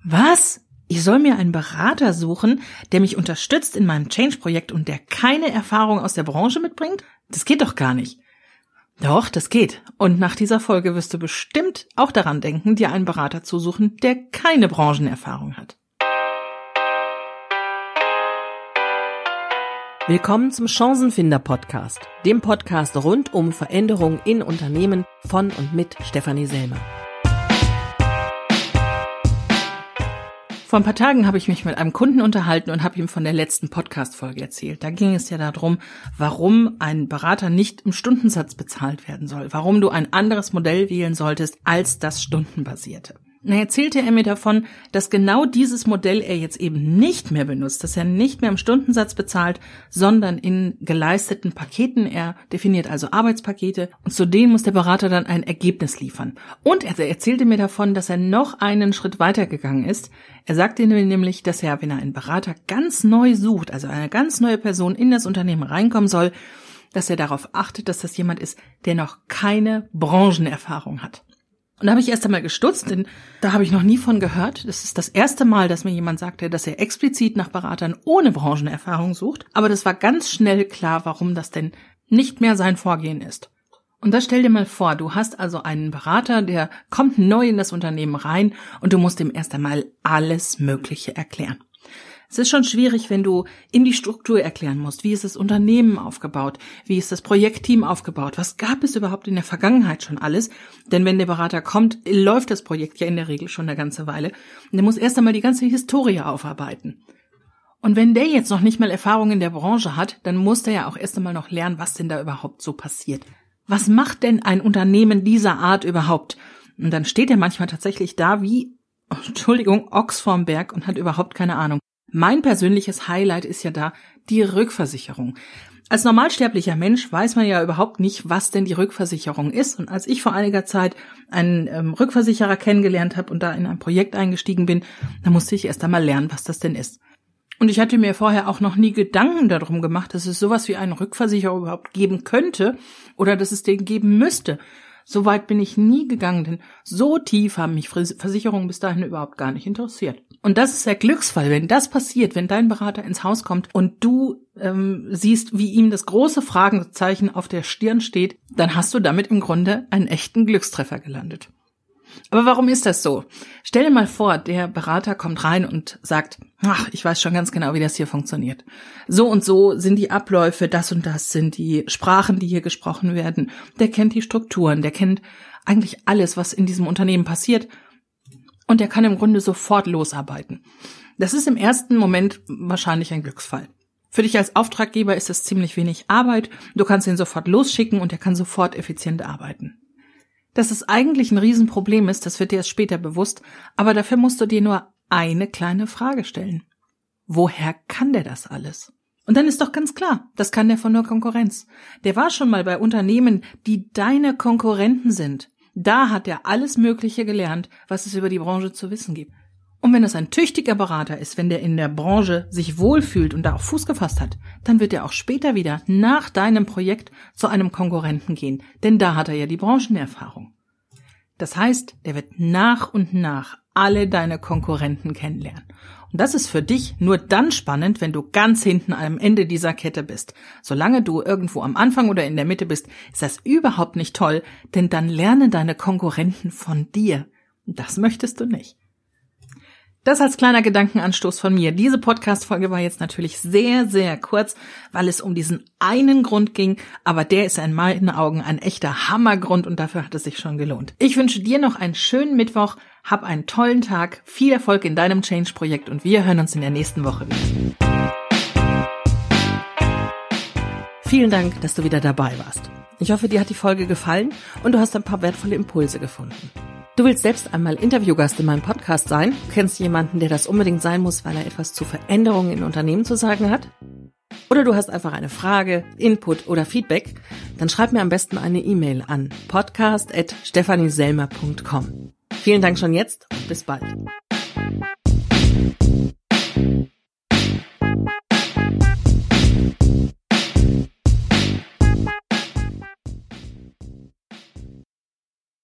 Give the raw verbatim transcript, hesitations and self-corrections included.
Was? Ich soll mir einen Berater suchen, der mich unterstützt in meinem Change-Projekt und der keine Erfahrung aus der Branche mitbringt? Das geht doch gar nicht. Doch, das geht. Und nach dieser Folge wirst du bestimmt auch daran denken, dir einen Berater zu suchen, der keine Branchenerfahrung hat. Willkommen zum Chancenfinder-Podcast, dem Podcast rund um Veränderungen in Unternehmen von und mit Stefanie Selmer. Vor ein paar Tagen habe ich mich mit einem Kunden unterhalten und habe ihm von der letzten Podcast-Folge erzählt. Da ging es ja darum, warum ein Berater nicht im Stundensatz bezahlt werden soll, warum du ein anderes Modell wählen solltest als das stundenbasierte. Da erzählte er mir davon, dass genau dieses Modell er jetzt eben nicht mehr benutzt, dass er nicht mehr im Stundensatz bezahlt, sondern in geleisteten Paketen. Er definiert also Arbeitspakete und zu denen muss der Berater dann ein Ergebnis liefern. Und er erzählte mir davon, dass er noch einen Schritt weiter gegangen ist. Er sagte mir nämlich, dass er, wenn er einen Berater ganz neu sucht, also eine ganz neue Person in das Unternehmen reinkommen soll, dass er darauf achtet, dass das jemand ist, der noch keine Branchenerfahrung hat. Und da habe ich erst einmal gestutzt, denn da habe ich noch nie von gehört. Das ist das erste Mal, dass mir jemand sagte, dass er explizit nach Beratern ohne Branchenerfahrung sucht. Aber das war ganz schnell klar, warum das denn nicht mehr sein Vorgehen ist. Und da stell dir mal vor, du hast also einen Berater, der kommt neu in das Unternehmen rein und du musst ihm erst einmal alles Mögliche erklären. Es ist schon schwierig, wenn du ihm die Struktur erklären musst. Wie ist das Unternehmen aufgebaut? Wie ist das Projektteam aufgebaut? Was gab es überhaupt in der Vergangenheit schon alles? Denn wenn der Berater kommt, läuft das Projekt ja in der Regel schon eine ganze Weile. Und der muss erst einmal die ganze Historie aufarbeiten. Und wenn der jetzt noch nicht mal Erfahrung in der Branche hat, dann muss der ja auch erst einmal noch lernen, was denn da überhaupt so passiert. Was macht denn ein Unternehmen dieser Art überhaupt? Und dann steht er manchmal tatsächlich da wie, Entschuldigung, Ochs vorm Berg und hat überhaupt keine Ahnung. Mein persönliches Highlight ist ja da die Rückversicherung. Als normalsterblicher Mensch weiß man ja überhaupt nicht, was denn die Rückversicherung ist. Und als ich vor einiger Zeit einen ähm, Rückversicherer kennengelernt habe und da in ein Projekt eingestiegen bin, da musste ich erst einmal lernen, was das denn ist. Und ich hatte mir vorher auch noch nie Gedanken darum gemacht, dass es sowas wie einen Rückversicherer überhaupt geben könnte oder dass es den geben müsste. So weit bin ich nie gegangen, denn so tief haben mich Versicherungen bis dahin überhaupt gar nicht interessiert. Und das ist der Glücksfall, wenn das passiert, wenn dein Berater ins Haus kommt und du ähm, siehst, wie ihm das große Fragezeichen auf der Stirn steht, dann hast du damit im Grunde einen echten Glückstreffer gelandet. Aber warum ist das so? Stell dir mal vor, der Berater kommt rein und sagt, ach, ich weiß schon ganz genau, wie das hier funktioniert. So und so sind die Abläufe, das und das sind die Sprachen, die hier gesprochen werden. Der kennt die Strukturen, der kennt eigentlich alles, was in diesem Unternehmen passiert. Und der kann im Grunde sofort losarbeiten. Das ist im ersten Moment wahrscheinlich ein Glücksfall. Für dich als Auftraggeber ist es ziemlich wenig Arbeit. Du kannst ihn sofort losschicken und er kann sofort effizient arbeiten. Dass es eigentlich ein Riesenproblem ist, das wird dir erst später bewusst, aber dafür musst du dir nur eine kleine Frage stellen. Woher kann der das alles? Und dann ist doch ganz klar, das kann der von der Konkurrenz. Der war schon mal bei Unternehmen, die deine Konkurrenten sind. Da hat er alles Mögliche gelernt, was es über die Branche zu wissen gibt. Und wenn es ein tüchtiger Berater ist, wenn der in der Branche sich wohlfühlt und da auch Fuß gefasst hat, dann wird er auch später wieder nach deinem Projekt zu einem Konkurrenten gehen, denn da hat er ja die Branchenerfahrung. Das heißt, der wird nach und nach alle deine Konkurrenten kennenlernen. Und das ist für dich nur dann spannend, wenn du ganz hinten am Ende dieser Kette bist. Solange du irgendwo am Anfang oder in der Mitte bist, ist das überhaupt nicht toll, denn dann lernen deine Konkurrenten von dir. Das möchtest du nicht. Das als kleiner Gedankenanstoß von mir. Diese Podcast-Folge war jetzt natürlich sehr, sehr kurz, weil es um diesen einen Grund ging, aber der ist in meinen Augen ein echter Hammergrund und dafür hat es sich schon gelohnt. Ich wünsche dir noch einen schönen Mittwoch, hab einen tollen Tag, viel Erfolg in deinem Change-Projekt und wir hören uns in der nächsten Woche wieder. Vielen Dank, dass du wieder dabei warst. Ich hoffe, dir hat die Folge gefallen und du hast ein paar wertvolle Impulse gefunden. Du willst selbst einmal Interviewgast in meinem Podcast sein? Du kennst jemanden, der das unbedingt sein muss, weil er etwas zu Veränderungen in Unternehmen zu sagen hat? Oder du hast einfach eine Frage, Input oder Feedback? Dann schreib mir am besten eine E-Mail an podcast at stefanieselmer punkt com. Vielen Dank schon jetzt und bis bald.